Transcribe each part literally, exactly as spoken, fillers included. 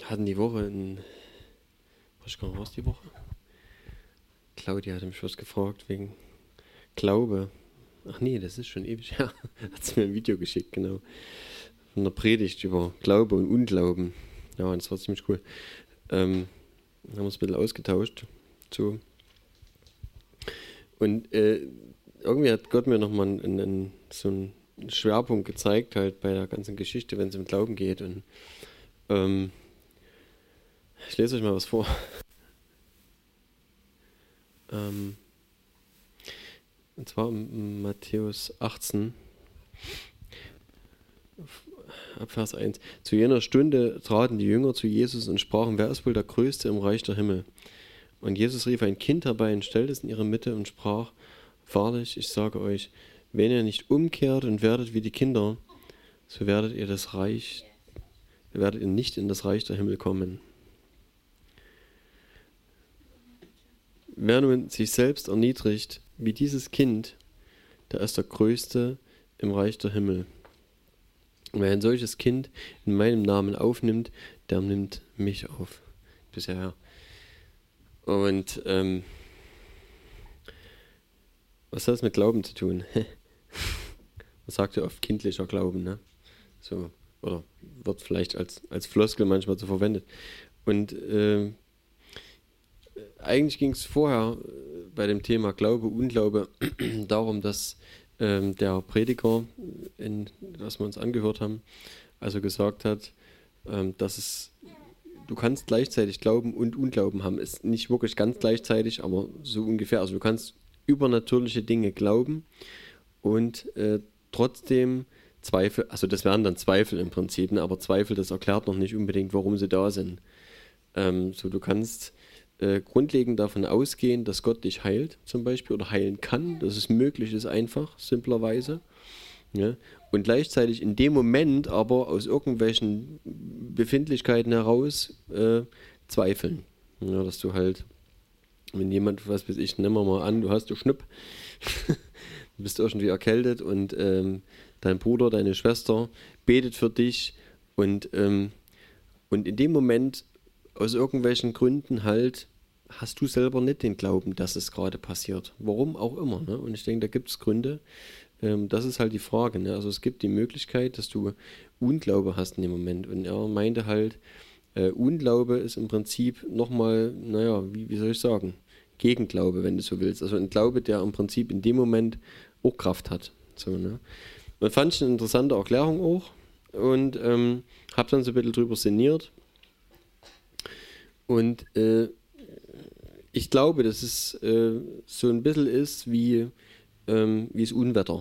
hatten die Woche in, was ich gar nicht, was die Woche? Claudia hat mich was gefragt wegen Glaube. Ach nee, das ist schon ewig her. Hat sie mir ein Video geschickt, genau. Von einer Predigt über Glaube und Unglauben. Ja, und das war ziemlich cool. Ähm, haben wir uns ein bisschen ausgetauscht. So. Und äh, irgendwie hat Gott mir nochmal einen, einen, so einen Schwerpunkt gezeigt, halt bei der ganzen Geschichte, wenn es um Glauben geht. Und ähm, ich lese euch mal was vor. Ähm, und zwar in Matthäus achtzehn, ab Vers eins. Zu jener Stunde traten die Jünger zu Jesus und sprachen, wer ist wohl der Größte im Reich der Himmel? Und Jesus rief ein Kind herbei und stellte es in ihre Mitte und sprach, wahrlich, ich sage euch, wenn ihr nicht umkehrt und werdet wie die Kinder, so werdet ihr das Reich, werdet ihr nicht in das Reich der Himmel kommen. Wer nun sich selbst erniedrigt, wie dieses Kind, der ist der Größte im Reich der Himmel. Und wer ein solches Kind in meinem Namen aufnimmt, der nimmt mich auf. Bisher ja. Und ähm, was hat das mit Glauben zu tun? Man sagt ja oft kindlicher Glauben, ne? So, oder wird vielleicht als, als Floskel manchmal so verwendet. Und äh, eigentlich ging es vorher bei dem Thema Glaube, Unglaube darum, dass ähm, der Prediger, in, was wir uns angehört haben, also gesagt hat, ähm, dass es, du kannst gleichzeitig Glauben und Unglauben haben. Ist nicht wirklich ganz gleichzeitig, aber so ungefähr. Also du kannst übernatürliche Dinge glauben und äh, trotzdem Zweifel, also das wären dann Zweifel im Prinzip, ne? Aber Zweifel, das erklärt noch nicht unbedingt, warum sie da sind. Ähm, so du kannst äh, grundlegend davon ausgehen, dass Gott dich heilt zum Beispiel oder heilen kann, dass es möglich ist einfach, simplerweise. Ja? Und gleichzeitig in dem Moment aber aus irgendwelchen Befindlichkeiten heraus äh, zweifeln. Ja, dass du halt, wenn jemand, was weiß ich, nehmen wir mal an, du hast du Schnupp, du bist irgendwie erkältet und ähm, dein Bruder, deine Schwester betet für dich und, ähm, und in dem Moment aus irgendwelchen Gründen halt hast du selber nicht den Glauben, dass es gerade passiert. Warum auch immer. Ne? Und ich denke, da gibt es Gründe. Ähm, das ist halt die Frage. Ne? Also es gibt die Möglichkeit, dass du Unglaube hast in dem Moment. Und er meinte halt, äh, Unglaube ist im Prinzip nochmal, naja, wie, wie soll ich sagen, Gegenglaube, wenn du so willst. Also ein Glaube, der im Prinzip in dem Moment auch Kraft hat. So, ne? Man fand es eine interessante Erklärung auch und ähm, habe dann so ein bisschen drüber sinniert. Und äh, ich glaube, dass es äh, so ein bisschen ist wie, ähm, wie das Unwetter.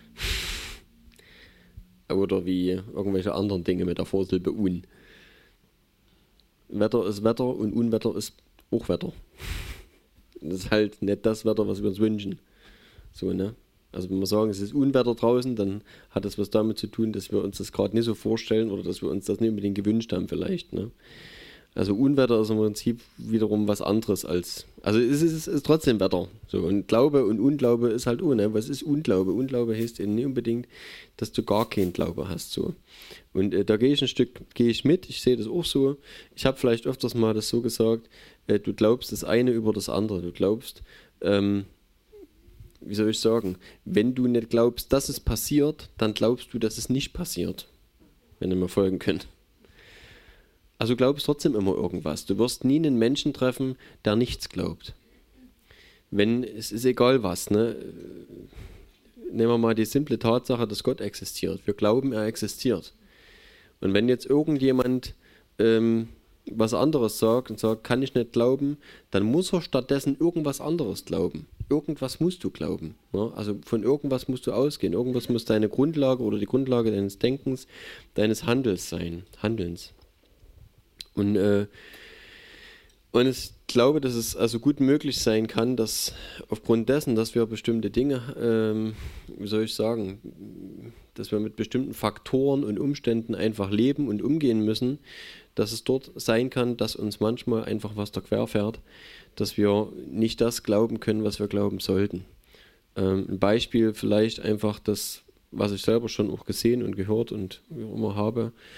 Oder wie irgendwelche anderen Dinge mit der Vorsilbe Un. Wetter ist Wetter und Unwetter ist auch Wetter. Das ist halt nicht das Wetter, was wir uns wünschen. So, ne? Also wenn wir sagen, es ist Unwetter draußen, dann hat das was damit zu tun, dass wir uns das gerade nicht so vorstellen oder dass wir uns das nicht unbedingt gewünscht haben vielleicht, ne? Also Unwetter ist im Prinzip wiederum was anderes als, also es ist, es ist trotzdem Wetter. So, und Glaube und Unglaube ist halt ohne. Was ist Unglaube? Unglaube heißt eben nicht unbedingt, dass du gar keinen Glaube hast. So. Und äh, da gehe ich ein Stück, gehe ich mit, ich sehe das auch so. Ich habe vielleicht öfters mal das so gesagt, äh, du glaubst das eine über das andere. Du glaubst, ähm, wie soll ich sagen, wenn du nicht glaubst, dass es passiert, dann glaubst du, dass es nicht passiert. Wenn ihr mir folgen könnt. Also du glaubst trotzdem immer irgendwas. Du wirst nie einen Menschen treffen, der nichts glaubt. Wenn, es ist egal was, ne? Nehmen wir mal die simple Tatsache, dass Gott existiert. Wir glauben, er existiert. Und wenn jetzt irgendjemand ähm, was anderes sagt und sagt, kann ich nicht glauben, dann muss er stattdessen irgendwas anderes glauben. Irgendwas musst du glauben. Ne? Also von irgendwas musst du ausgehen. Irgendwas muss deine Grundlage oder die Grundlage deines Denkens, deines Handels sein. Handelns. Und, äh, und ich glaube, dass es also gut möglich sein kann, dass aufgrund dessen, dass wir bestimmte Dinge, ähm, wie soll ich sagen, dass wir mit bestimmten Faktoren und Umständen einfach leben und umgehen müssen, dass es dort sein kann, dass uns manchmal einfach was da quer fährt, dass wir nicht das glauben können, was wir glauben sollten. Ähm, ein Beispiel vielleicht einfach das, was ich selber schon auch gesehen und gehört und wie auch immer habe,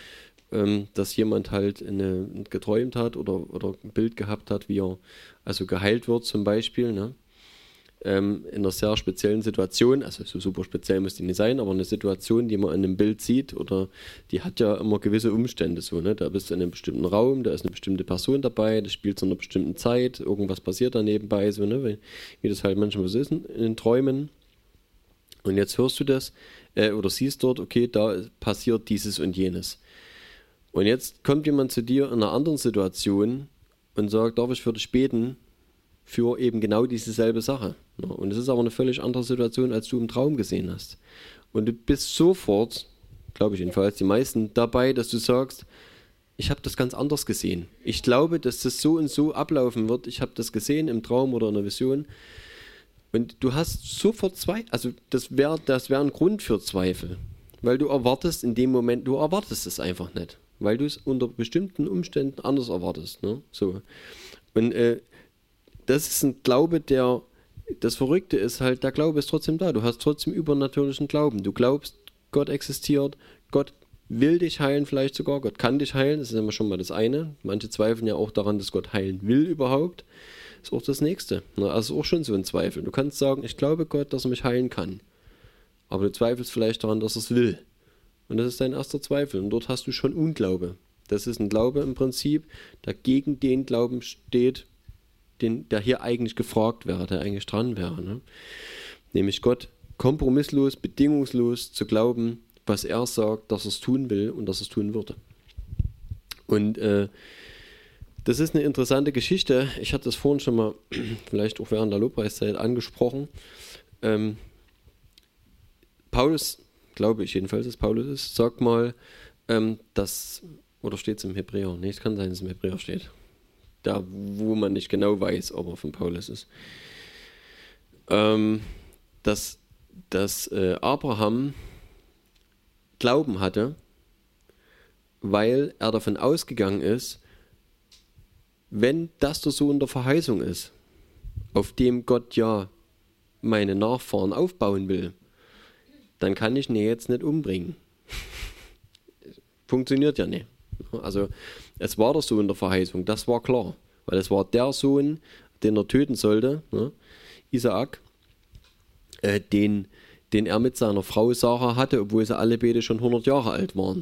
ähm, dass jemand halt eine, geträumt hat oder, oder ein Bild gehabt hat, wie er also geheilt wird zum Beispiel, ne? Ähm, in einer sehr speziellen Situation, also so super speziell muss die nicht sein, aber eine Situation, die man in einem Bild sieht, oder die hat ja immer gewisse Umstände so, ne? Da bist du in einem bestimmten Raum, da ist eine bestimmte Person dabei, das spielt zu einer bestimmten Zeit, irgendwas passiert da nebenbei, so, ne? Wie, wie das halt manchmal so ist in, in den Träumen. Und jetzt hörst du das äh, oder siehst dort, okay, da passiert dieses und jenes. Und jetzt kommt jemand zu dir in einer anderen Situation und sagt, darf ich für dich beten für eben genau diese selbe Sache. Und es ist aber eine völlig andere Situation, als du im Traum gesehen hast. Und du bist sofort, glaube ich jedenfalls, die meisten dabei, dass du sagst, ich habe das ganz anders gesehen. Ich glaube, dass das so und so ablaufen wird. Ich habe das gesehen im Traum oder in der Vision. Und du hast sofort zwei, also das wäre das wär ein Grund für Zweifel. Weil du erwartest in dem Moment, du erwartest es einfach nicht. Weil du es unter bestimmten Umständen anders erwartest. Ne? So. Und äh, das ist ein Glaube, der, das Verrückte ist halt, der Glaube ist trotzdem da. Du hast trotzdem übernatürlichen Glauben. Du glaubst, Gott existiert, Gott will dich heilen vielleicht sogar, Gott kann dich heilen, das ist immer schon mal das eine. Manche zweifeln ja auch daran, dass Gott heilen will überhaupt. Das ist auch das Nächste. Also auch schon so ein Zweifel. Du kannst sagen, ich glaube Gott, dass er mich heilen kann. Aber du zweifelst vielleicht daran, dass er es will. Und das ist dein erster Zweifel. Und dort hast du schon Unglaube. Das ist ein Glaube im Prinzip, der gegen den Glauben steht, den, der hier eigentlich gefragt wäre, der eigentlich dran wäre. Ne? Nämlich Gott kompromisslos, bedingungslos zu glauben, was er sagt, dass er es tun will und dass er es tun würde. Und äh, das ist eine interessante Geschichte. Ich hatte das vorhin schon mal, vielleicht auch während der Lobpreiszeit, angesprochen. Ähm, Paulus, glaube ich jedenfalls, dass Paulus ist, sagt mal, ähm, dass, oder steht es im Hebräer? Nee, es kann sein, dass es im Hebräer steht. Da, wo man nicht genau weiß, ob er von Paulus ist. Ähm, dass dass äh, Abraham Glauben hatte, weil er davon ausgegangen ist, wenn das der Sohn der Verheißung ist, auf dem Gott ja meine Nachfahren aufbauen will, dann kann ich ihn jetzt nicht umbringen. Funktioniert ja nicht. Also es war der Sohn der Verheißung, das war klar, weil es war der Sohn, den er töten sollte, ne? Isaak, äh, den, den er mit seiner Frau Sarah hatte, obwohl sie alle beide schon hundert Jahre alt waren.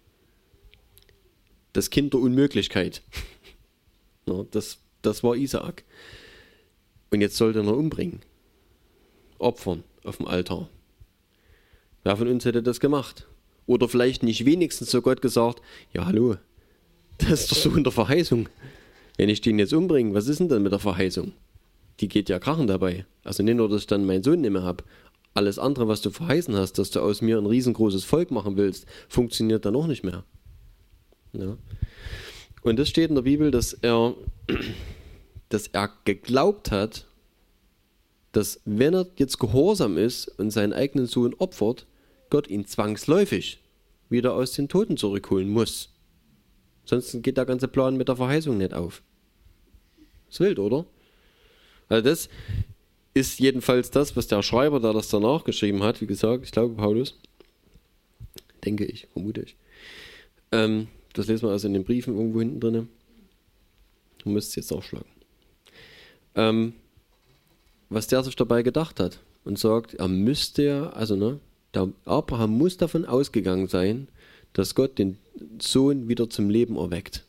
Das Kind der Unmöglichkeit. Ja, das, das war Isaak. Und jetzt sollte er ihn umbringen. Opfern auf dem Altar. Wer von uns hätte das gemacht? Oder vielleicht nicht wenigstens zu Gott gesagt, ja hallo, das ist der Sohn der Verheißung. Wenn ich den jetzt umbringe, was ist denn dann mit der Verheißung? Die geht ja krachen dabei. Also nicht nur, dass ich dann meinen Sohn nicht mehr habe. Alles andere, was du verheißen hast, dass du aus mir ein riesengroßes Volk machen willst, funktioniert dann auch nicht mehr. Ja. Und das steht in der Bibel, dass er, dass er geglaubt hat, dass wenn er jetzt gehorsam ist und seinen eigenen Sohn opfert, Gott ihn zwangsläufig wieder aus den Toten zurückholen muss. Sonst geht der ganze Plan mit der Verheißung nicht auf. Ist wild, oder? Also das ist jedenfalls das, was der Schreiber, der das danach geschrieben hat, wie gesagt, ich glaube Paulus, denke ich, vermute ich. Ähm, das lesen wir also in den Briefen irgendwo hinten drin. Du müsst es jetzt aufschlagen. Ähm, was der sich dabei gedacht hat und sagt, er müsste, also ne, der Abraham muss davon ausgegangen sein, dass Gott den Sohn wieder zum Leben erweckt.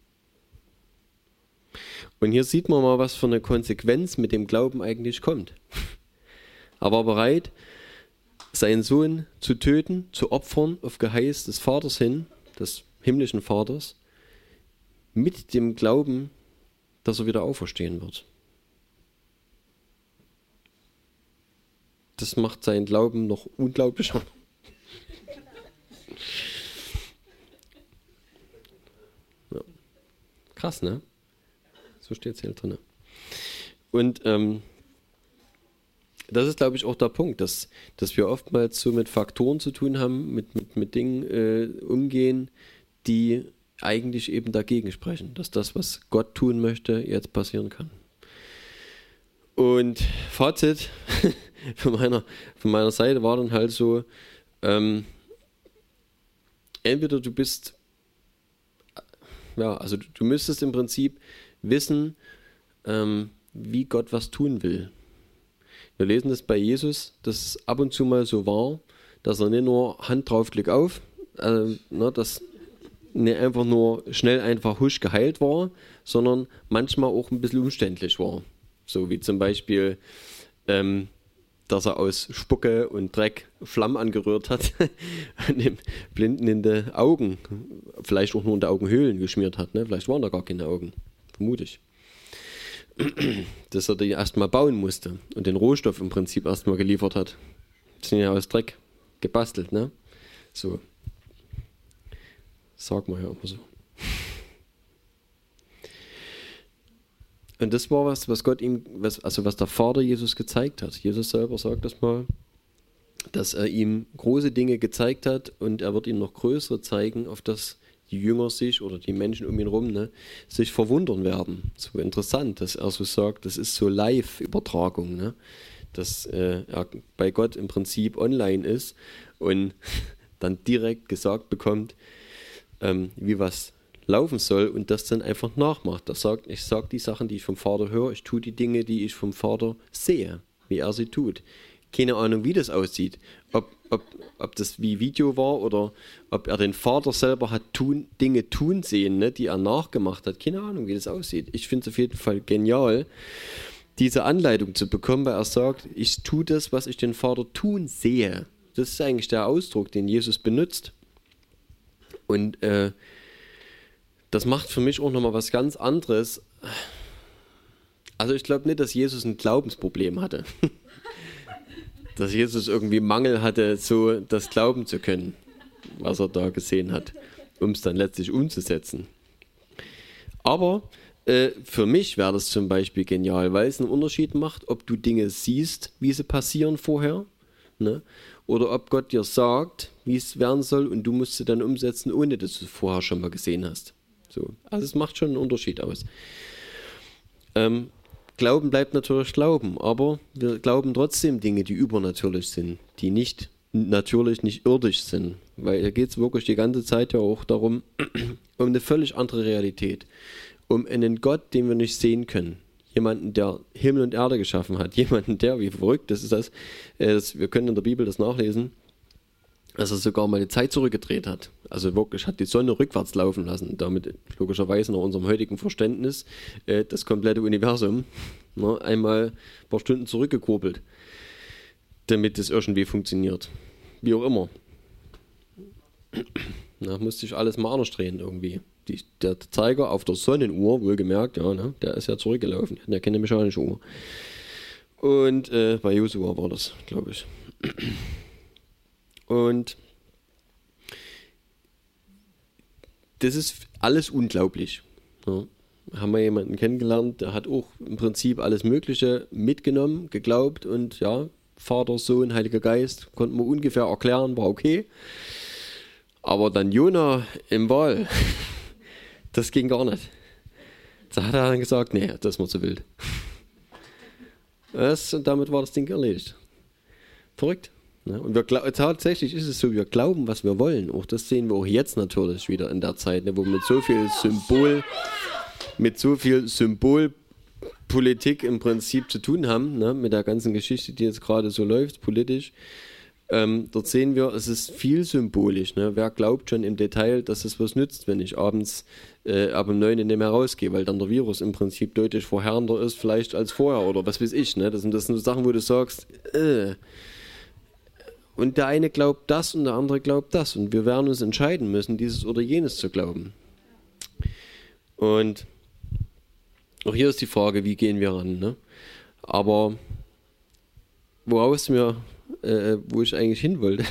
Und hier sieht man mal, was für eine Konsequenz mit dem Glauben eigentlich kommt. Er war bereit, seinen Sohn zu töten, zu opfern, auf Geheiß des Vaters hin, des himmlischen Vaters, mit dem Glauben, dass er wieder auferstehen wird. Das macht seinen Glauben noch unglaublicher. Ja. Krass, ne? So steht es hier drin. Und ähm, das ist, glaube ich, auch der Punkt, dass, dass wir oftmals so mit Faktoren zu tun haben, mit, mit, mit Dingen äh, umgehen, die eigentlich eben dagegen sprechen, dass das, was Gott tun möchte, jetzt passieren kann. Und Fazit von meiner, von meiner Seite war dann halt so, ähm, entweder du bist ja, also du, du müsstest im Prinzip wissen, ähm, wie Gott was tun will. Wir lesen das bei Jesus, dass es ab und zu mal so war, dass er nicht nur Hand drauf, Glück auf, äh, ne, dass nicht einfach nur schnell einfach husch geheilt war, sondern manchmal auch ein bisschen umständlich war. So wie zum Beispiel, ähm, dass er aus Spucke und Dreck Flammen angerührt hat und dem Blinden in die Augen, vielleicht auch nur in die Augenhöhlen geschmiert hat. Ne? Vielleicht waren da gar keine Augen, vermute ich. Dass er die erstmal bauen musste und den Rohstoff im Prinzip erstmal geliefert hat. Das sind ja aus Dreck gebastelt, ne? So. Sag mal ja immer so. Und das war was, was Gott ihm, was, also was der Vater Jesus gezeigt hat. Jesus selber sagt das mal, dass er ihm große Dinge gezeigt hat und er wird ihm noch größere zeigen, auf das die Jünger sich oder die Menschen um ihn herum ne, sich verwundern werden. So interessant, dass er so sagt, das ist so Live-Übertragung, ne? Dass äh, er bei Gott im Prinzip online ist und dann direkt gesagt bekommt, ähm, wie was laufen soll und das dann einfach nachmacht. Er sagt, ich sage die Sachen, die ich vom Vater höre, ich tue die Dinge, die ich vom Vater sehe, wie er sie tut. Keine Ahnung, wie das aussieht. Ob, ob, ob das wie Video war oder ob er den Vater selber hat tun, Dinge tun sehen, ne, die er nachgemacht hat. Keine Ahnung, wie das aussieht. Ich finde es auf jeden Fall genial, diese Anleitung zu bekommen, weil er sagt, ich tue das, was ich den Vater tun sehe. Das ist eigentlich der Ausdruck, den Jesus benutzt. Und äh, das macht für mich auch nochmal was ganz anderes. Also ich glaube nicht, dass Jesus ein Glaubensproblem hatte. Dass Jesus irgendwie Mangel hatte, so das glauben zu können, was er da gesehen hat, um es dann letztlich umzusetzen. Aber äh, für mich wäre das zum Beispiel genial, weil es einen Unterschied macht, ob du Dinge siehst, wie sie passieren vorher, ne? Oder ob Gott dir sagt, wie es werden soll und du musst sie dann umsetzen, ohne dass du es vorher schon mal gesehen hast. So. Also es macht schon einen Unterschied aus. Ähm, Glauben bleibt natürlich Glauben, aber wir glauben trotzdem Dinge, die übernatürlich sind, die nicht natürlich, nicht irdisch sind. Weil hier geht es wirklich die ganze Zeit ja auch darum, um eine völlig andere Realität. Um einen Gott, den wir nicht sehen können. Jemanden, der Himmel und Erde geschaffen hat. Jemanden, der, wie verrückt das ist das, äh, das wir können in der Bibel das nachlesen, dass er sogar mal die Zeit zurückgedreht hat. Also wirklich hat die Sonne rückwärts laufen lassen. Damit logischerweise nach unserem heutigen Verständnis äh, das komplette Universum ne, einmal ein paar Stunden zurückgekurbelt, damit es irgendwie funktioniert. Wie auch immer. Da musste sich alles mal anders drehen irgendwie. Die, der Zeiger auf der Sonnenuhr, wohlgemerkt, ja, ne, der ist ja zurückgelaufen. Der kennt eine mechanische Uhr. Und äh, bei Josua war das, glaube ich. Und das ist alles unglaublich. Ja. Haben wir jemanden kennengelernt, der hat auch im Prinzip alles Mögliche mitgenommen, geglaubt und ja, Vater, Sohn, Heiliger Geist, konnten wir ungefähr erklären, war okay. Aber dann Jona im Wal, das ging gar nicht. Da hat er dann gesagt, nee, das ist mir zu wild. Das, und damit war das Ding erledigt. Verrückt. Ne? Und wir, tatsächlich ist es so, wir glauben, was wir wollen. Auch das sehen wir auch jetzt natürlich wieder in der Zeit, ne, wo wir mit so viel Symbol, mit so viel Symbolpolitik im Prinzip zu tun haben, ne, mit der ganzen Geschichte, die jetzt gerade so läuft, politisch. Ähm, dort sehen wir, es ist viel symbolisch. Ne? Wer glaubt schon im Detail, dass es was nützt, wenn ich abends äh, ab um neun nicht mehr rausgehe, weil dann der Virus im Prinzip deutlich vorherrschender ist, vielleicht als vorher oder was weiß ich. Ne? Das sind, das sind so Sachen, wo du sagst, äh. Und der eine glaubt das und der andere glaubt das. Und wir werden uns entscheiden müssen, dieses oder jenes zu glauben. Und auch hier ist die Frage, wie gehen wir ran? Ne? Aber woraus wir, äh, wo ich eigentlich hin wollte,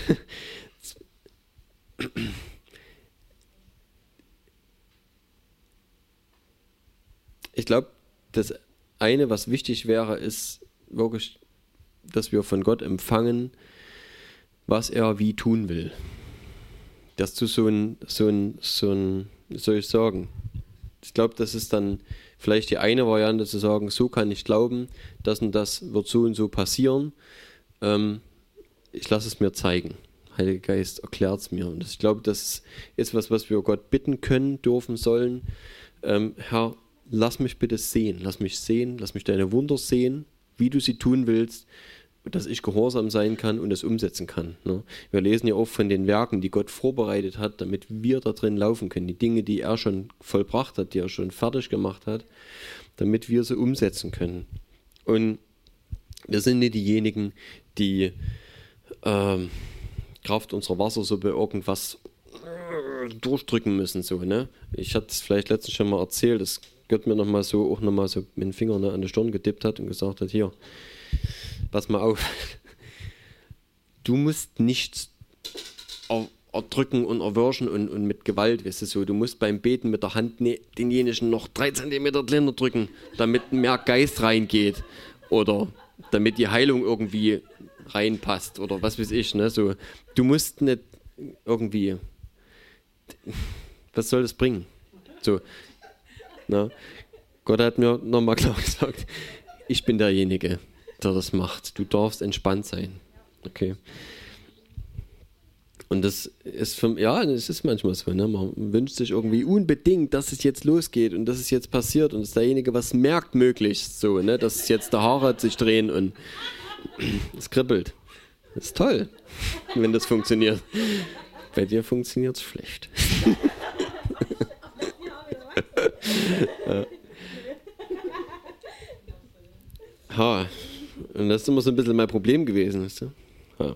ich glaube, das eine, was wichtig wäre, ist wirklich, dass wir von Gott empfangen, was er wie tun will. Dass du so ein, so ein, so ein, wie soll ich sagen, ich glaube, das ist dann vielleicht die eine Variante zu sagen, so kann ich glauben, das und das wird so und so passieren. Ähm, ich lasse es mir zeigen. Heiliger Geist, erklärt es mir. Und das, ich glaube, das ist was, was wir Gott bitten können, dürfen, sollen. Ähm, Herr, lass mich bitte sehen, lass mich sehen, lass mich deine Wunder sehen, wie du sie tun willst, dass ich gehorsam sein kann und das umsetzen kann. Ne? Wir lesen ja oft von den Werken, die Gott vorbereitet hat, damit wir da drin laufen können. Die Dinge, die er schon vollbracht hat, die er schon fertig gemacht hat, damit wir sie umsetzen können. Und wir sind nicht diejenigen, die ähm, Kraft unserer Wassersuppe irgendwas durchdrücken müssen. So, ne? Ich hatte es vielleicht letztens schon mal erzählt, dass Gott mir nochmal so, auch nochmal so mit dem Finger, ne, an die Stirn getippt hat und gesagt hat, hier, pass mal auf, du musst nichts er, erdrücken und erwürschen und, und mit Gewalt, weißt du so, du musst beim Beten mit der Hand ne, denjenigen noch drei Zentimeter kleiner drücken, damit mehr Geist reingeht oder damit die Heilung irgendwie reinpasst oder was weiß ich, ne, so, du musst nicht irgendwie, was soll das bringen? So, na, Gott hat mir nochmal klar gesagt, ich bin derjenige, der das macht. Du darfst entspannt sein. Okay. Und das ist für, ja, es ist manchmal so, ne? Man wünscht sich irgendwie unbedingt, dass es jetzt losgeht und dass es jetzt passiert und dass derjenige was merkt möglichst so, ne? Dass jetzt der Haare sich drehen und es kribbelt. Das ist toll, wenn das funktioniert. Bei dir funktioniert es schlecht. ja. Ha. Und das ist immer so ein bisschen mein Problem gewesen. Weißt du? Ha,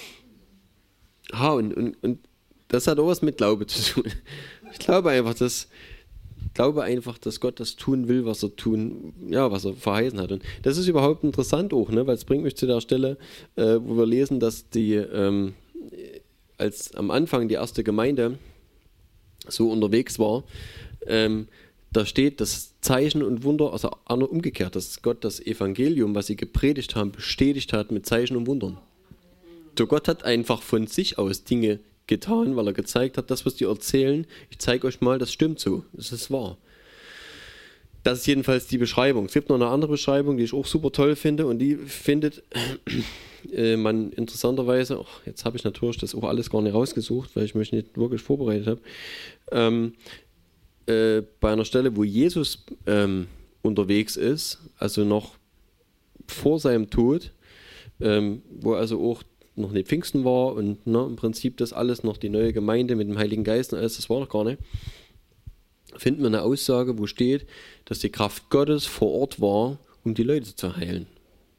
ha und, und, und das hat auch was mit Glaube zu tun. Ich glaube einfach, dass, glaube einfach, dass Gott das tun will, was er tun, ja, was er verheißen hat. Und das ist überhaupt interessant auch, ne? Weil es bringt mich zu der Stelle, äh, wo wir lesen, dass die, ähm, als am Anfang die erste Gemeinde so unterwegs war, ähm, da steht, dass Zeichen und Wunder, also umgekehrt, dass Gott das Evangelium, was sie gepredigt haben, bestätigt hat mit Zeichen und Wundern. So, Gott hat einfach von sich aus Dinge getan, weil er gezeigt hat, das, was die erzählen, ich zeige euch mal, das stimmt so, das ist wahr. Das ist jedenfalls die Beschreibung. Es gibt noch eine andere Beschreibung, die ich auch super toll finde und die findet äh, man interessanterweise, oh, jetzt habe ich natürlich das auch alles gar nicht rausgesucht, weil ich mich nicht wirklich vorbereitet habe, ähm, Äh, bei einer Stelle, wo Jesus ähm, unterwegs ist, also noch vor seinem Tod, ähm, wo also auch noch nicht Pfingsten war und ne, im Prinzip das alles noch die neue Gemeinde mit dem Heiligen Geist und alles, das war noch gar nicht, finden wir eine Aussage, wo steht, dass die Kraft Gottes vor Ort war, um die Leute zu heilen.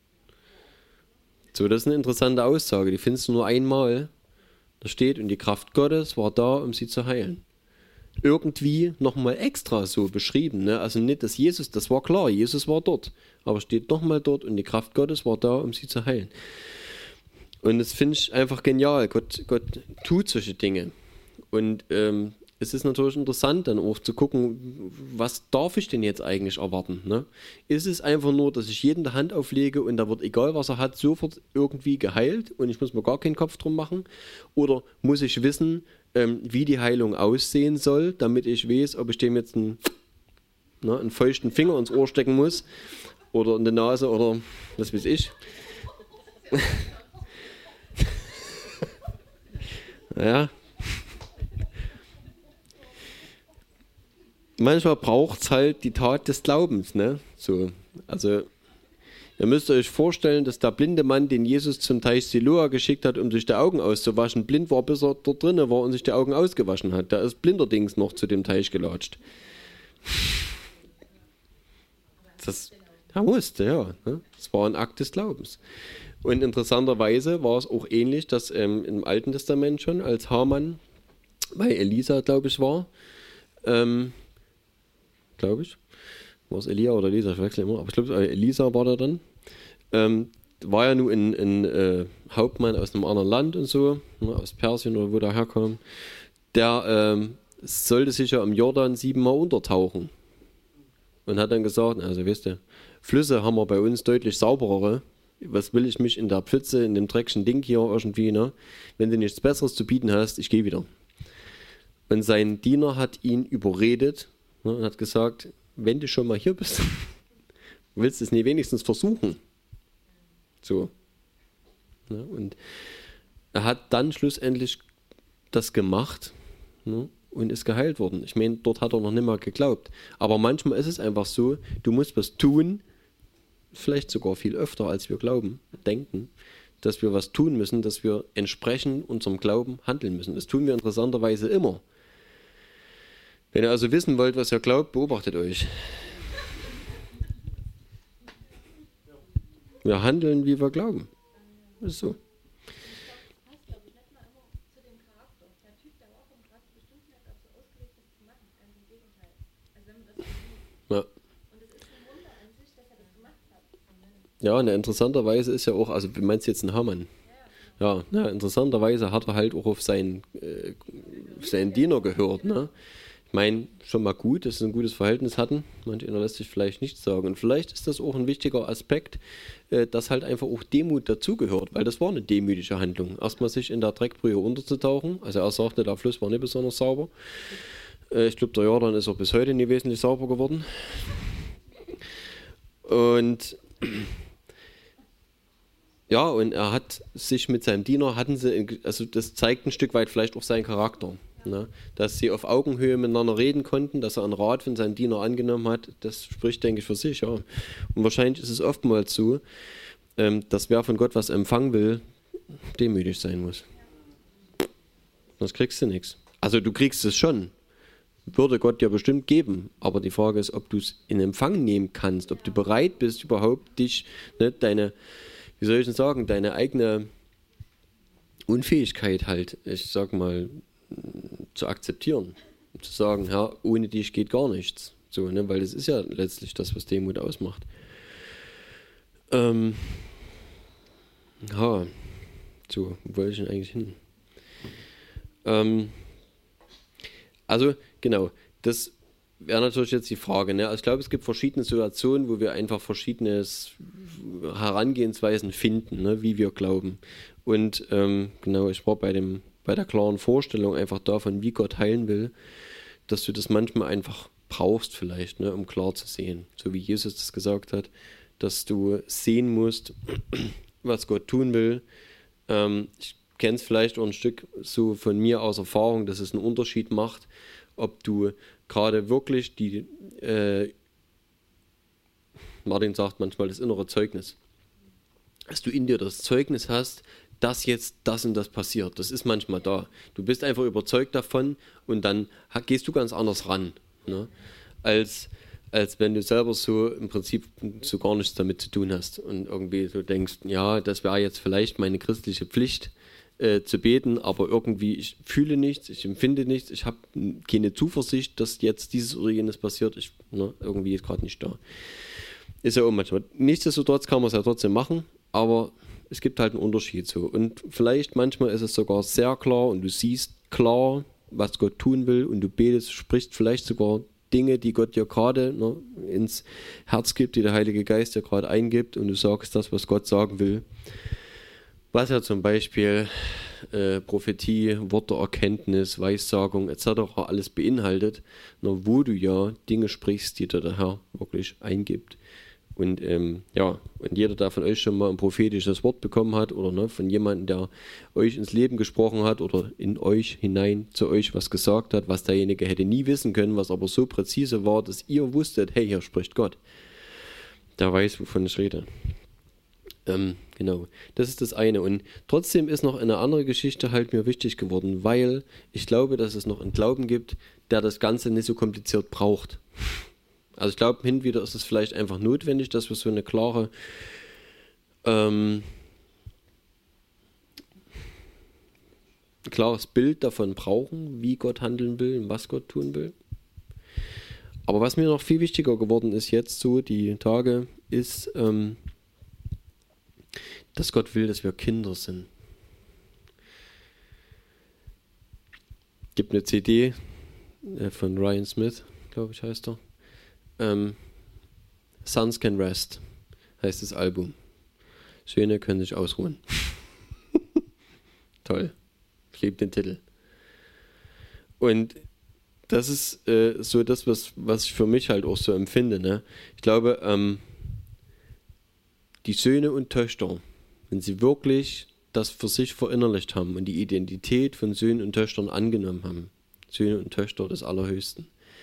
So, das ist eine interessante Aussage, die findest du nur einmal. Da steht, und die Kraft Gottes war da, um sie zu heilen. Irgendwie nochmal extra so beschrieben. Ne? Also nicht, dass Jesus, das war klar, Jesus war dort, aber steht nochmal dort und die Kraft Gottes war da, um sie zu heilen. Und das finde ich einfach genial. Gott, Gott tut solche Dinge. Und ähm, es ist natürlich interessant, dann auch zu gucken, was darf ich denn jetzt eigentlich erwarten? Ne? Ist es einfach nur, dass ich jeden die Hand auflege und da wird, egal was er hat, sofort irgendwie geheilt und ich muss mir gar keinen Kopf drum machen? Oder muss ich wissen, ähm, wie die Heilung aussehen soll, damit ich weiß, ob ich dem jetzt einen, ne, einen feuchten Finger ins Ohr stecken muss oder in die Nase oder was weiß ich. Ja. Manchmal braucht es halt die Tat des Glaubens, ne? So, also ihr müsst euch vorstellen, dass der blinde Mann, den Jesus zum Teich Siloa geschickt hat, um sich die Augen auszuwaschen, blind war, bis er dort drinnen war und sich die Augen ausgewaschen hat. Der ist blinderdings noch zu dem Teich gelatscht. Das, er musste, ja. Ne? Das war ein Akt des Glaubens. Und interessanterweise war es auch ähnlich, dass ähm, im Alten Testament schon, als Haman bei Elisa, glaube ich, war, ähm, glaube ich, war es Elia oder Elisa, ich wechsle immer, aber ich glaube, Elisa war da dann, ähm, war ja nur ein, ein äh, Hauptmann aus einem anderen Land und so, ne, aus Persien oder wo der herkam, der ähm, sollte sich ja im Jordan siebenmal untertauchen und hat dann gesagt, also weißt du, Flüsse haben wir bei uns deutlich sauberere, was will ich mich in der Pfütze, in dem dreckigen Ding hier irgendwie, ne, wenn du nichts Besseres zu bieten hast, ich gehe wieder. Und sein Diener hat ihn überredet, ne, und hat gesagt, wenn du schon mal hier bist, willst du es nie wenigstens versuchen. So. Ja, und er hat dann schlussendlich das gemacht, ne, und ist geheilt worden. Ich meine, dort hat er noch nicht mal geglaubt. Aber manchmal ist es einfach so, du musst was tun, vielleicht sogar viel öfter, als wir glauben, denken, dass wir was tun müssen, dass wir entsprechend unserem Glauben handeln müssen. Das tun wir interessanterweise immer. Wenn ihr also wissen wollt, was ihr glaubt, beobachtet euch. Wir handeln, wie wir glauben. Das ist so. Ja. Ja, ne, interessanterweise ist ja auch, also du meinst jetzt einen Hermann. Ja, ne, interessanterweise hat er halt auch auf seinen, äh, seinen Diener gehört, ne? Ich meine, schon mal gut, dass sie ein gutes Verhältnis hatten. Manch einer lässt sich vielleicht nicht sagen. Und vielleicht ist das auch ein wichtiger Aspekt, äh, dass halt einfach auch Demut dazugehört, weil das war eine demütige Handlung. Erstmal sich in der Dreckbrühe unterzutauchen. Also er sagte, der Fluss war nicht besonders sauber. Äh, ich glaube, der Jordan ist auch bis heute nie wesentlich sauber geworden. Und ja, und er hat sich mit seinem Diener, hatten sie, also das zeigt ein Stück weit vielleicht auch seinen Charakter. Ne? Dass sie auf Augenhöhe miteinander reden konnten, dass er einen Rat von seinem Diener angenommen hat, das spricht, denke ich, für sich. Ja. Und wahrscheinlich ist es oftmals so, ähm, dass wer von Gott was empfangen will, demütig sein muss. Sonst kriegst du nichts. Also du kriegst es schon, würde Gott dir bestimmt geben, aber die Frage ist, ob du es in Empfang nehmen kannst, ob du bereit bist, überhaupt dich, ne, deine, wie soll ich denn sagen, deine eigene Unfähigkeit halt, ich sag mal, zu akzeptieren, zu sagen, Herr, ohne dich geht gar nichts, so, ne, weil das ist ja letztlich das, was Demut ausmacht. Ähm, ja, so, wo wollte ich denn eigentlich hin? Ähm, also, genau, das wäre natürlich jetzt die Frage, ne? Also ich glaube, es gibt verschiedene Situationen, wo wir einfach verschiedene Herangehensweisen finden, ne, wie wir glauben. Und ähm, genau, ich war bei dem bei der klaren Vorstellung einfach davon, wie Gott heilen will, dass du das manchmal einfach brauchst vielleicht, ne, um klar zu sehen. So wie Jesus das gesagt hat, dass du sehen musst, was Gott tun will. Ähm, ich kenne es vielleicht auch ein Stück so von mir aus Erfahrung, dass es einen Unterschied macht, ob du gerade wirklich die, äh, Martin sagt manchmal das innere Zeugnis, dass du in dir das Zeugnis hast, dass jetzt das und das passiert. Das ist manchmal da. Du bist einfach überzeugt davon und dann gehst du ganz anders ran, ne? als, als wenn du selber so im Prinzip so gar nichts damit zu tun hast und irgendwie so denkst, ja, das wäre jetzt vielleicht meine christliche Pflicht, äh, zu beten, aber irgendwie, ich fühle nichts, ich empfinde nichts, ich habe keine Zuversicht, dass jetzt dieses oder jenes passiert. Ich, ne, irgendwie ist gerade nicht da. Ist ja auch manchmal. Nichtsdestotrotz kann man es ja trotzdem machen, aber es gibt halt einen Unterschied so. Und vielleicht manchmal ist es sogar sehr klar und du siehst klar, was Gott tun will und du betest, sprichst vielleicht sogar Dinge, die Gott dir gerade, ne, ins Herz gibt, die der Heilige Geist dir gerade eingibt und du sagst das, was Gott sagen will. Was ja zum Beispiel äh, Prophetie, Worte, Erkenntnis, Weissagung et cetera alles beinhaltet, ne, wo du ja Dinge sprichst, die dir der Herr wirklich eingibt. Und ähm, ja, und jeder, der von euch schon mal ein prophetisches Wort bekommen hat oder ne, von jemandem, der euch ins Leben gesprochen hat oder in euch hinein zu euch was gesagt hat, was derjenige hätte nie wissen können, was aber so präzise war, dass ihr wusstet, hey, hier spricht Gott. Der weiß, wovon ich rede. Ähm, genau, das ist das eine. Und trotzdem ist noch eine andere Geschichte halt mir wichtig geworden, weil ich glaube, dass es noch einen Glauben gibt, der das Ganze nicht so kompliziert braucht. Also ich glaube, hin und wieder ist es vielleicht einfach notwendig, dass wir so eine klare ähm, ein klares Bild davon brauchen, wie Gott handeln will und was Gott tun will. Aber was mir noch viel wichtiger geworden ist jetzt so, die Tage, ist, ähm, dass Gott will, dass wir Kinder sind. Es gibt eine C D äh, von Ryan Smith, glaube ich heißt er. Ähm, Sons Can Rest heißt das Album. Söhne können sich ausruhen. Toll. Ich liebe den Titel. Und das ist äh, so das, was, was ich für mich halt auch so empfinde. Ne? Ich glaube, ähm, die Söhne und Töchter, wenn sie wirklich das für sich verinnerlicht haben und die Identität von Söhnen und Töchtern angenommen haben, Söhne und Töchter des Allerhöchsten,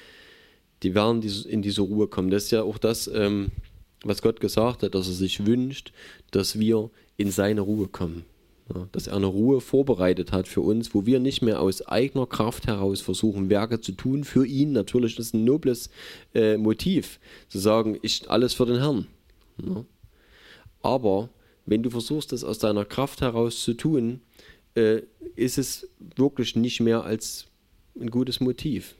die werden in diese Ruhe kommen. Das ist ja auch das, ähm, was Gott gesagt hat, dass er sich wünscht, dass wir in seine Ruhe kommen. Ja, dass er eine Ruhe vorbereitet hat für uns, wo wir nicht mehr aus eigener Kraft heraus versuchen, Werke zu tun. Für ihn natürlich ist ein nobles äh, Motiv, zu sagen, ich alles für den Herrn. Ja. Aber wenn du versuchst, das aus deiner Kraft heraus zu tun, äh, ist es wirklich nicht mehr als ein gutes Motiv.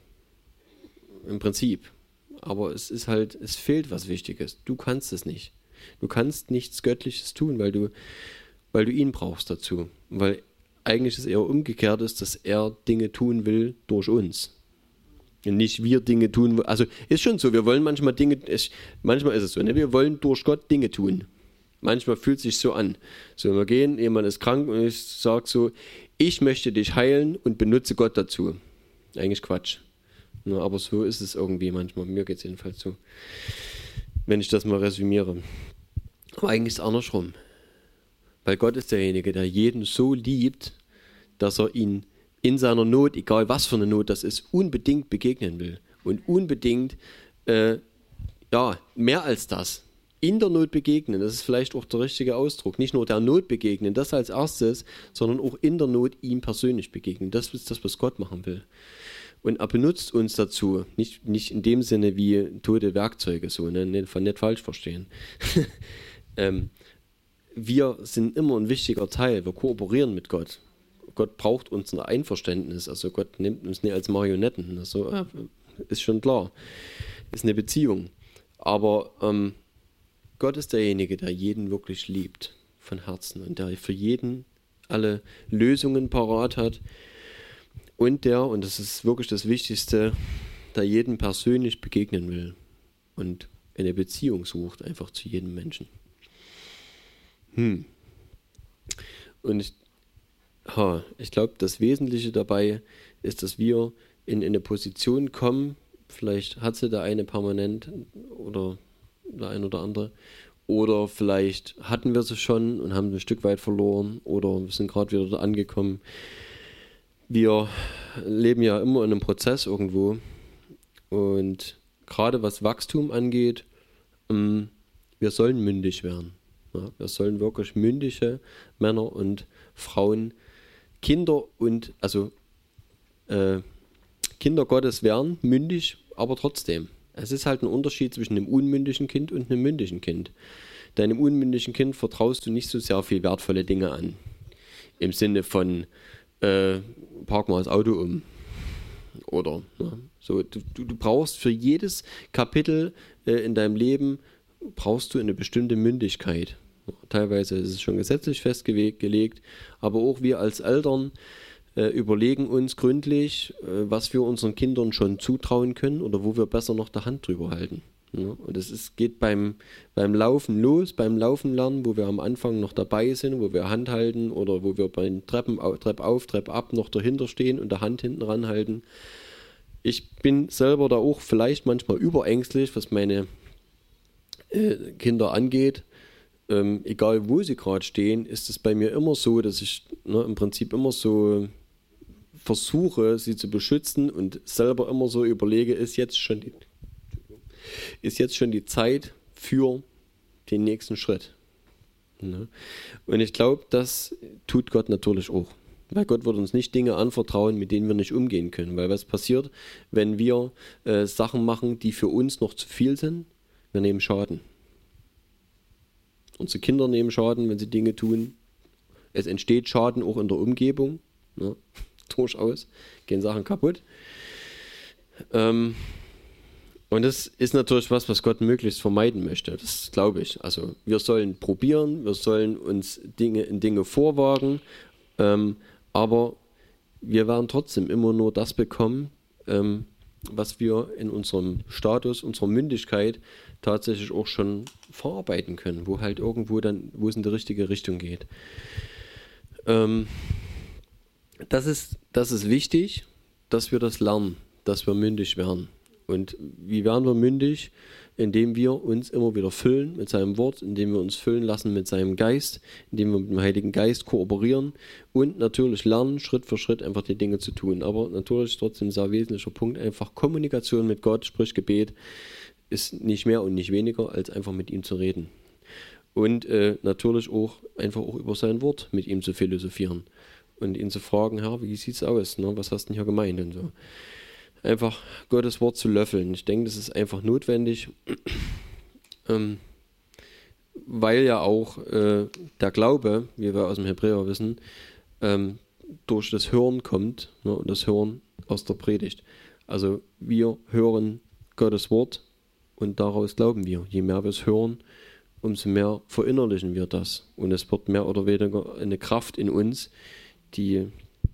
Im Prinzip. Aber es ist halt, es fehlt was Wichtiges. Du kannst es nicht. Du kannst nichts Göttliches tun, weil du, weil du ihn brauchst dazu. Weil eigentlich es eher umgekehrt ist, dass er Dinge tun will durch uns. Und nicht wir Dinge tun. Also ist schon so, wir wollen manchmal Dinge, ich, manchmal ist es so, ne? Wir wollen durch Gott Dinge tun. Manchmal fühlt es sich so an. So, wir gehen, jemand ist krank und ich sage so, ich möchte dich heilen und benutze Gott dazu. Eigentlich Quatsch. Ja, aber so ist es irgendwie manchmal. Mir geht es jedenfalls so. Wenn ich das mal resümiere. Aber eigentlich ist es andersrum. Weil Gott ist derjenige, der jeden so liebt, dass er ihn in seiner Not, egal was für eine Not das ist, unbedingt begegnen will. Und unbedingt, äh, ja, mehr als das. In der Not begegnen, das ist vielleicht auch der richtige Ausdruck. Nicht nur der Not begegnen, das als erstes, sondern auch in der Not ihm persönlich begegnen. Das ist das, was Gott machen will. Und er benutzt uns dazu, nicht, nicht in dem Sinne wie tote Werkzeuge, so, ne? nicht, nicht falsch verstehen. ähm, wir sind immer ein wichtiger Teil, wir kooperieren mit Gott. Gott braucht unser Einverständnis, also Gott nimmt uns nicht als Marionetten, also, äh, ist schon klar, ist eine Beziehung. Aber ähm, Gott ist derjenige, der jeden wirklich liebt, von Herzen, und der für jeden alle Lösungen parat hat. Und der, und das ist wirklich das Wichtigste, der jedem persönlich begegnen will und eine Beziehung sucht, einfach zu jedem Menschen. Hm. Und ich, ha, ich glaube, das Wesentliche dabei ist, dass wir in, in eine Position kommen, vielleicht hat sie der eine permanent oder der ein oder andere, oder vielleicht hatten wir sie schon und haben ein Stück weit verloren, oder wir sind gerade wieder da angekommen. Wir leben ja immer in einem Prozess irgendwo, und gerade was Wachstum angeht, ähm, wir sollen mündig werden. Ja, wir sollen wirklich mündige Männer und Frauen, Kinder und, also äh, Kinder Gottes werden, mündig, aber trotzdem. Es ist halt ein Unterschied zwischen einem unmündigen Kind und einem mündigen Kind. Deinem unmündigen Kind vertraust du nicht so sehr viel wertvolle Dinge an. Im Sinne von, äh, park mal das Auto um. Oder, ne? So, du, du, du brauchst für jedes Kapitel äh, in deinem Leben, brauchst du eine bestimmte Mündigkeit. Teilweise ist es schon gesetzlich festgelegt, aber auch wir als Eltern äh, überlegen uns gründlich, äh, was wir unseren Kindern schon zutrauen können oder wo wir besser noch die Hand drüber halten. Ja, und es ist, geht beim, beim Laufen los, beim Laufen lernen, wo wir am Anfang noch dabei sind, wo wir Hand halten oder wo wir bei den Treppen, Trepp auf, Trepp ab noch dahinter stehen und der Hand hinten ranhalten. Ich bin selber da auch vielleicht manchmal überängstlich, was meine äh, Kinder angeht. Ähm, egal wo sie gerade stehen, ist es bei mir immer so, dass ich ne, im Prinzip immer so versuche, sie zu beschützen und selber immer so überlege, ist jetzt schon die, ist jetzt schon die Zeit für den nächsten Schritt. Ne? Und ich glaube, das tut Gott natürlich auch. Weil Gott wird uns nicht Dinge anvertrauen, mit denen wir nicht umgehen können. Weil was passiert, wenn wir äh, Sachen machen, die für uns noch zu viel sind? Wir nehmen Schaden. Unsere Kinder nehmen Schaden, wenn sie Dinge tun. Es entsteht Schaden auch in der Umgebung. Ne? Durchaus. Gehen Sachen kaputt. Ähm, und das ist natürlich was, was Gott möglichst vermeiden möchte. Das glaube ich. Also wir sollen probieren, wir sollen uns Dinge in Dinge vorwagen, ähm, aber wir werden trotzdem immer nur das bekommen, ähm, was wir in unserem Status, unserer Mündigkeit tatsächlich auch schon verarbeiten können, wo halt irgendwo dann, wo es in die richtige Richtung geht. Ähm, das ist, das ist wichtig, dass wir das lernen, dass wir mündig werden. Und wie werden wir mündig? indem wir uns immer wieder füllen mit seinem Wort, indem wir uns füllen lassen mit seinem Geist, indem wir mit dem Heiligen Geist kooperieren und natürlich lernen, Schritt für Schritt einfach die Dinge zu tun. Aber natürlich trotzdem ein sehr wesentlicher Punkt, einfach Kommunikation mit Gott, sprich Gebet, ist nicht mehr und nicht weniger, als einfach mit ihm zu reden. Und äh, natürlich auch einfach auch über sein Wort mit ihm zu philosophieren und ihn zu fragen, Herr, wie sieht's aus, ne? Was hast du denn hier gemeint und so. Einfach Gottes Wort zu löffeln. Ich denke, das ist einfach notwendig, ähm, weil ja auch äh, der Glaube, wie wir aus dem Hebräer wissen, ähm, durch das Hören kommt, ne, und das Hören aus der Predigt. Also wir hören Gottes Wort und daraus glauben wir. Je mehr wir es hören, umso mehr verinnerlichen wir das. Und es wird mehr oder weniger eine Kraft in uns, die...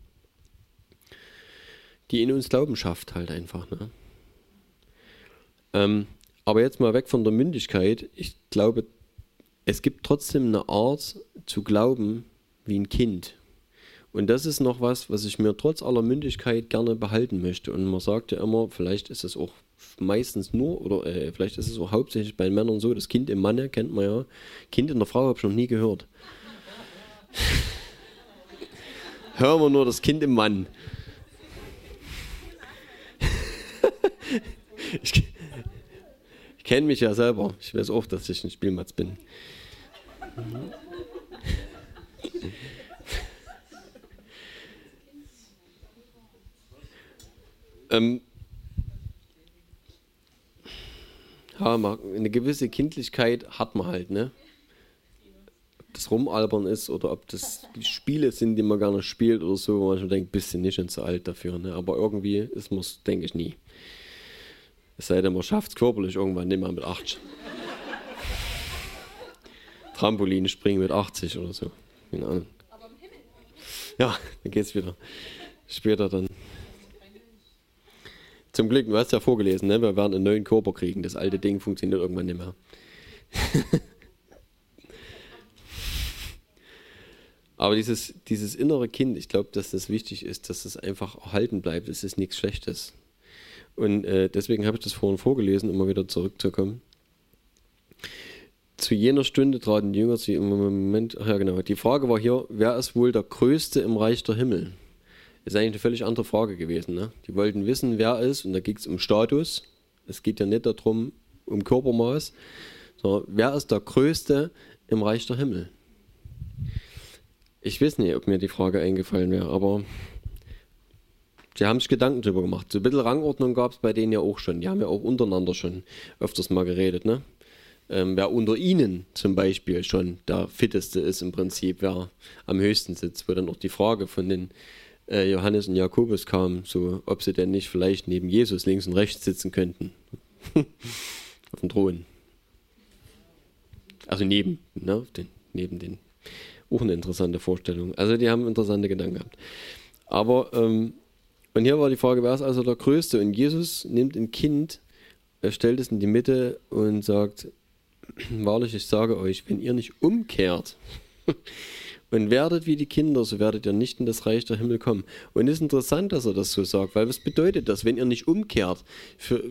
die in uns Glauben schafft halt einfach. Ne? Ähm, aber jetzt mal weg von der Mündigkeit. Ich glaube, es gibt trotzdem eine Art zu glauben wie ein Kind. Und das ist noch was, was ich mir trotz aller Mündigkeit gerne behalten möchte. Und man sagt ja immer, vielleicht ist es auch meistens nur, oder äh, vielleicht ist es auch hauptsächlich bei Männern so, das Kind im Manne kennt man ja. Kind in der Frau habe ich noch nie gehört. Hören wir nur das Kind im Mann. Ich, ich kenne mich ja selber. Ich weiß auch, dass ich ein Spielmatz bin. ähm, ja, eine gewisse Kindlichkeit hat man halt, ne? Ob das Rumalbern ist oder ob das Spiele sind, die man gerne spielt oder so, wo man schon denkt, bisschen nicht zu alt dafür, ne? Aber irgendwie ist man es, denke ich, nie. Es sei denn, man schafft es körperlich irgendwann nicht mehr mit achtzig. Trampolin springen mit achtzig oder so. Keine Ahnung. Aber im Himmel. Ja, dann geht's wieder. Später dann. Zum Glück, du hast ja vorgelesen, ne? Wir werden einen neuen Körper kriegen. Das alte Ding funktioniert irgendwann nicht mehr. Aber dieses, dieses innere Kind, ich glaube, dass das wichtig ist, dass es einfach erhalten bleibt. Es ist nichts Schlechtes. Und äh, deswegen habe ich das vorhin vorgelesen, um mal wieder zurückzukommen. Zu jener Stunde traten die Jünger zu ihm im Moment, ach ja genau, die Frage war hier, wer ist wohl der Größte im Reich der Himmel? Ist eigentlich eine völlig andere Frage gewesen. Ne? Die wollten wissen, wer ist, und da ging es um Status. Es geht ja nicht darum, um Körpermaß, sondern wer ist der Größte im Reich der Himmel? Ich weiß nicht, ob mir die Frage eingefallen wäre, aber... Sie haben sich Gedanken darüber gemacht. So ein bisschen Rangordnung gab es bei denen ja auch schon. Die haben ja auch untereinander schon öfters mal geredet. Ne? Ähm, wer unter ihnen zum Beispiel schon der Fitteste ist im Prinzip, wer am höchsten sitzt, wo dann auch die Frage von den äh, Johannes und Jakobus kam, so, ob sie denn nicht vielleicht neben Jesus links und rechts sitzen könnten. Auf dem Thron. Also neben, ne? den, neben den. Auch eine interessante Vorstellung. Also die haben interessante Gedanken gehabt. Aber ähm, und hier war die Frage, wer ist also der Größte? Und Jesus nimmt ein Kind, er stellt es in die Mitte und sagt, wahrlich, ich sage euch, wenn ihr nicht umkehrt und werdet wie die Kinder, so werdet ihr nicht in das Reich der Himmel kommen. Und es ist interessant, dass er das so sagt, weil was bedeutet das, wenn ihr nicht umkehrt? Für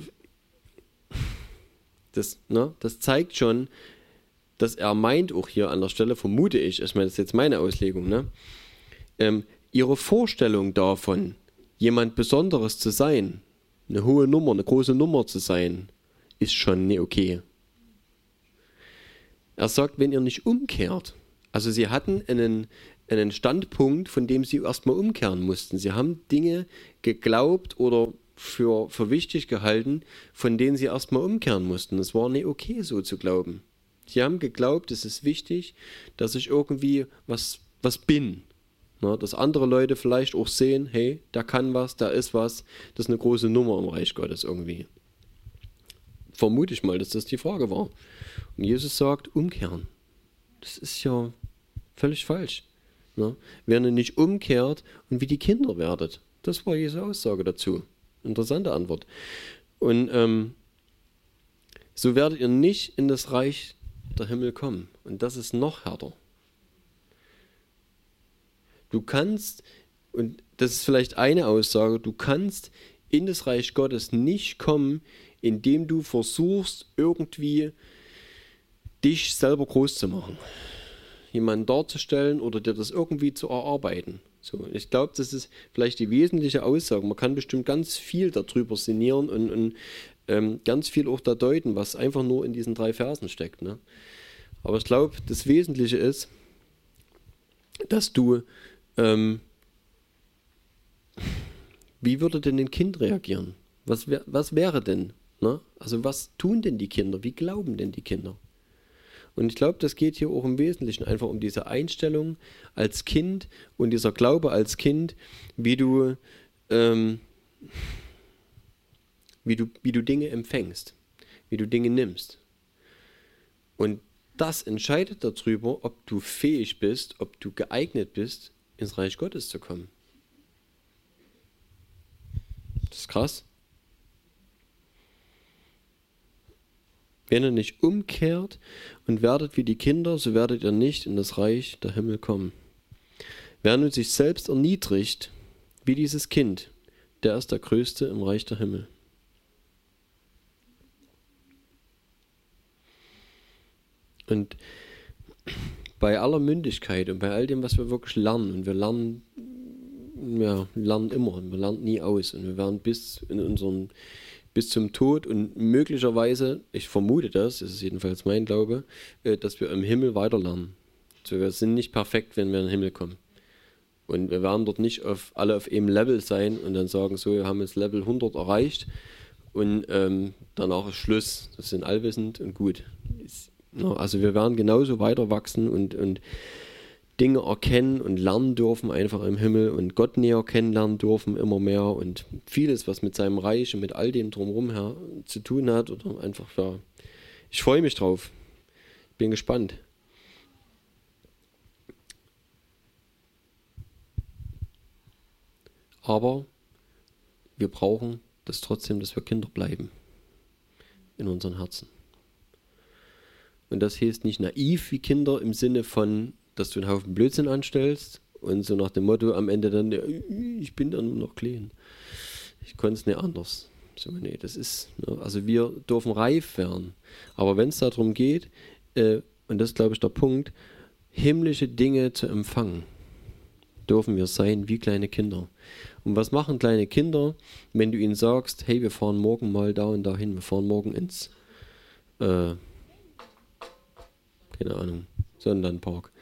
das, ne, das zeigt schon, dass er meint, auch hier an der Stelle, vermute ich, ich meine, das ist jetzt meine Auslegung, ne, ähm, ihre Vorstellung davon, jemand Besonderes zu sein, eine hohe Nummer, eine große Nummer zu sein, ist schon nicht okay. Er sagt, wenn ihr nicht umkehrt, also sie hatten einen, einen Standpunkt, von dem sie erstmal umkehren mussten. Sie haben Dinge geglaubt oder für, für wichtig gehalten, von denen sie erstmal umkehren mussten. Es war nicht okay, so zu glauben. Sie haben geglaubt, es ist wichtig, dass ich irgendwie was, was bin. Na, dass andere Leute vielleicht auch sehen, hey, da kann was, da ist was, das ist eine große Nummer im Reich Gottes irgendwie. Vermute ich mal, dass das die Frage war. Und Jesus sagt, umkehren. Das ist ja völlig falsch. Na, wenn ihr nicht umkehrt und wie die Kinder werdet. Das war Jesu Aussage dazu. Interessante Antwort. Und ähm, so werdet ihr nicht in das Reich der Himmel kommen. Und das ist noch härter. Du kannst, und das ist vielleicht eine Aussage, du kannst in das Reich Gottes nicht kommen, indem du versuchst, irgendwie dich selber groß zu machen, jemanden darzustellen oder dir das irgendwie zu erarbeiten. So, ich glaube, das ist vielleicht die wesentliche Aussage. Man kann bestimmt ganz viel darüber sinnieren und, und ähm, ganz viel auch da deuten, was einfach nur in diesen drei Versen steckt. Ne? Aber ich glaube, das Wesentliche ist, dass du, ähm, wie würde denn ein Kind reagieren? Was, wär, was wäre denn? Ne? Also was tun denn die Kinder? Wie glauben denn die Kinder? Und ich glaube, das geht hier auch im Wesentlichen einfach um diese Einstellung als Kind und dieser Glaube als Kind, wie du, ähm, wie du, wie du Dinge empfängst, wie du Dinge nimmst. Und das entscheidet darüber, ob du fähig bist, ob du geeignet bist, ins Reich Gottes zu kommen. Das ist krass. Wenn ihr nicht umkehrt und werdet wie die Kinder, so werdet ihr nicht in das Reich der Himmel kommen. Wer nun sich selbst erniedrigt, wie dieses Kind, der ist der Größte im Reich der Himmel. Und bei aller Mündigkeit und bei all dem, was wir wirklich lernen, und wir lernen, ja, lernen immer, und wir lernen nie aus, und wir werden bis in unseren bis zum Tod und möglicherweise, ich vermute das, das ist jedenfalls mein Glaube, dass wir im Himmel weiterlernen. Also wir sind nicht perfekt, wenn wir in den Himmel kommen. Und wir werden dort nicht auf, alle auf einem Level sein und dann sagen, so, wir haben jetzt Level hundert erreicht und ähm, danach ist Schluss. Das sind allwissend und gut. Also wir werden genauso weiter wachsen und, und Dinge erkennen und lernen dürfen, einfach im Himmel, und Gott näher kennenlernen dürfen, immer mehr, und vieles, was mit seinem Reich und mit all dem drumherum her zu tun hat, oder einfach, ja, ich freue mich drauf. Bin gespannt. Aber wir brauchen das trotzdem, dass wir Kinder bleiben in unseren Herzen. Und das heißt nicht naiv wie Kinder im Sinne von, dass du einen Haufen Blödsinn anstellst und so nach dem Motto am Ende dann, ja, ich bin dann nur noch klein. Ich konnte es nicht anders. So, nee, das ist, ne, also wir dürfen reif werden. Aber wenn es darum geht, äh, und das ist, glaube ich, der Punkt, himmlische Dinge zu empfangen, dürfen wir sein wie kleine Kinder. Und was machen kleine Kinder, wenn du ihnen sagst, hey, wir fahren morgen mal da und da hin, wir fahren morgen ins, äh, keine Ahnung, Sonnenlandpark.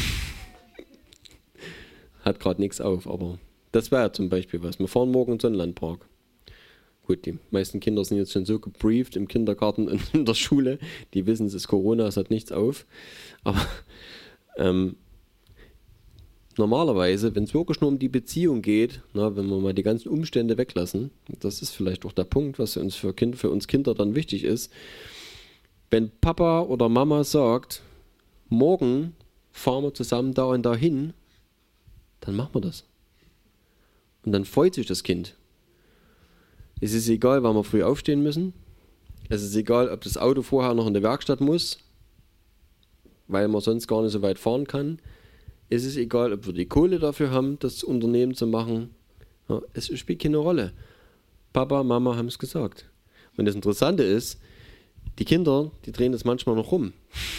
Hat gerade nichts auf, aber das wäre zum Beispiel was. Wir fahren morgen in den Sonnenlandpark. Gut, die meisten Kinder sind jetzt schon so gebrieft im Kindergarten und in der Schule, die wissen, es ist Corona, es hat nichts auf. Aber ähm, normalerweise, wenn es wirklich nur um die Beziehung geht, na, wenn wir mal die ganzen Umstände weglassen, das ist vielleicht auch der Punkt, was uns für, kind, für uns Kinder dann wichtig ist, wenn Papa oder Mama sagt, morgen fahren wir zusammen da und da hin, dann machen wir das. Und dann freut sich das Kind. Es ist egal, wann wir früh aufstehen müssen. Es ist egal, ob das Auto vorher noch in die Werkstatt muss, weil man sonst gar nicht so weit fahren kann. Es ist egal, ob wir die Kohle dafür haben, das Unternehmen zu machen. Ja, es spielt keine Rolle. Papa, Mama haben es gesagt. Und das Interessante ist, die Kinder, die drehen das manchmal noch rum.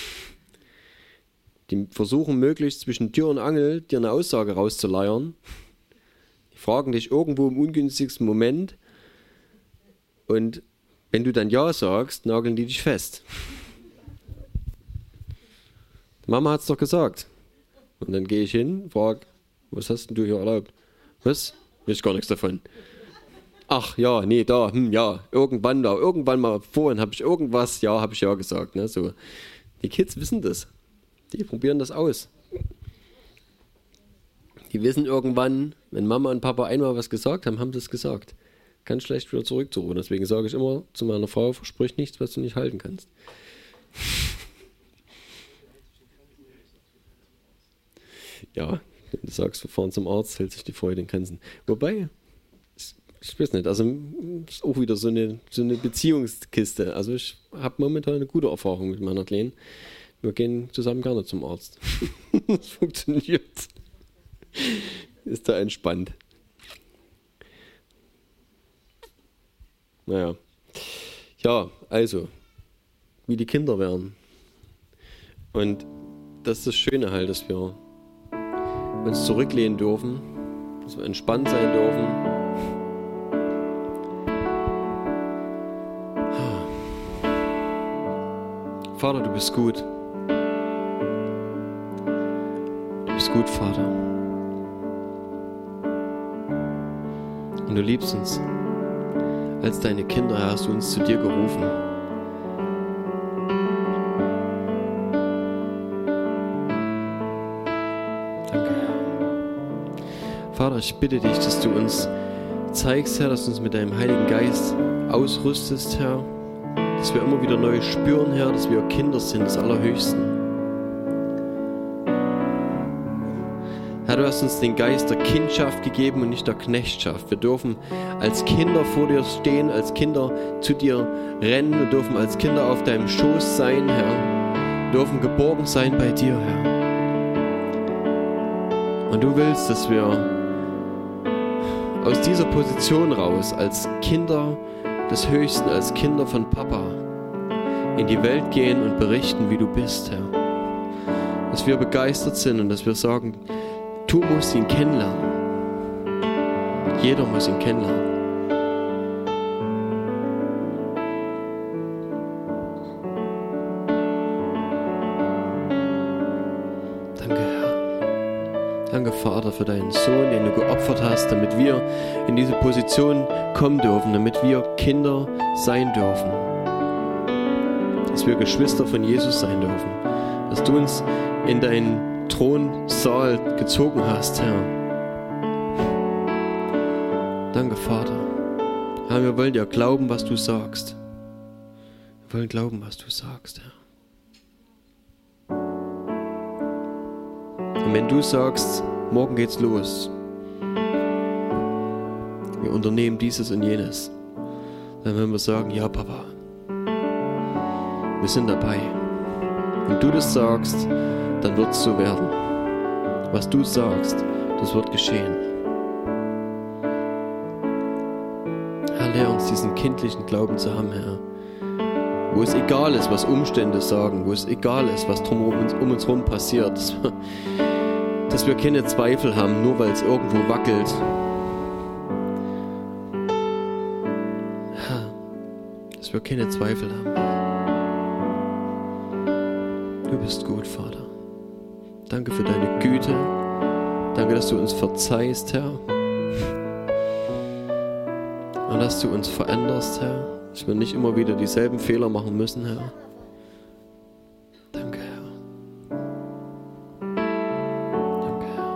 Die versuchen möglichst zwischen Tür und Angel dir eine Aussage rauszuleiern. Die fragen dich irgendwo im ungünstigsten Moment. Und wenn du dann Ja sagst, nageln die dich fest. Mama hat es doch gesagt. Und dann gehe ich hin, frage, was hast denn du hier erlaubt? Was? Weiß gar nichts davon. Ach ja, nee, da, hm, ja, irgendwann da, irgendwann mal vorhin habe ich irgendwas, ja, habe ich ja gesagt. Ne, so. Die Kids wissen das. Die probieren das aus. Die wissen irgendwann, wenn Mama und Papa einmal was gesagt haben, haben sie es gesagt. Ganz schlecht wieder zurückzurufen. Deswegen sage ich immer zu meiner Frau, versprich nichts, was du nicht halten kannst. Ja, wenn du sagst, wir fahren zum Arzt, hält sich die Freude in Grenzen. Wobei, ich, ich weiß nicht, also ist auch wieder so eine, so eine Beziehungskiste. Also ich habe momentan eine gute Erfahrung mit meiner Kleinen. Wir gehen zusammen gerne zum Arzt. Das funktioniert. Ist da entspannt. Naja. Ja, also, wie die Kinder werden. Und das ist das Schöne halt, dass wir uns zurücklehnen dürfen, dass wir entspannt sein dürfen. Vater, du bist gut. Du bist gut, Vater. Und du liebst uns. Als deine Kinder hast du uns zu dir gerufen. Danke, Herr. Vater, ich bitte dich, dass du uns zeigst, Herr, dass du uns mit deinem Heiligen Geist ausrüstest, Herr. Dass wir immer wieder neu spüren, Herr, dass wir Kinder sind des Allerhöchsten. Herr, du hast uns den Geist der Kindschaft gegeben und nicht der Knechtschaft. Wir dürfen als Kinder vor dir stehen, als Kinder zu dir rennen. Wir dürfen als Kinder auf deinem Schoß sein, Herr. Wir dürfen geborgen sein bei dir, Herr. Und du willst, dass wir aus dieser Position raus, als Kinder des Höchsten, als Kinder von Papa, in die Welt gehen und berichten, wie du bist, Herr. Dass wir begeistert sind und dass wir sagen, du musst ihn kennenlernen. Jeder muss ihn kennenlernen. Danke, Herr. Danke, Vater, für deinen Sohn, den du geopfert hast, damit wir in diese Position kommen dürfen, damit wir Kinder sein dürfen. Dass wir Geschwister von Jesus sein dürfen. Dass du uns in deinen Thronsaal gezogen hast, Herr. Danke, Vater. Herr, wir wollen dir glauben, was du sagst. Wir wollen glauben, was du sagst, Herr. Und wenn du sagst, morgen geht's los, wir unternehmen dieses und jenes, dann werden wir sagen, ja, Papa, wir sind dabei. Wenn du das sagst, dann wird es so werden. Was du sagst, das wird geschehen. Herr, lehr uns diesen kindlichen Glauben zu haben, Herr. Wo es egal ist, was Umstände sagen, wo es egal ist, was drum um uns, um uns herum passiert, dass wir, dass wir keine Zweifel haben, nur weil es irgendwo wackelt. Herr, dass wir keine Zweifel haben. Du bist gut, Vater. Danke für deine Güte. Danke, dass du uns verzeihst, Herr. Und dass du uns veränderst, Herr. Dass wir nicht immer wieder dieselben Fehler machen müssen, Herr. Danke, Herr. Danke, Herr.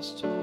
was tun.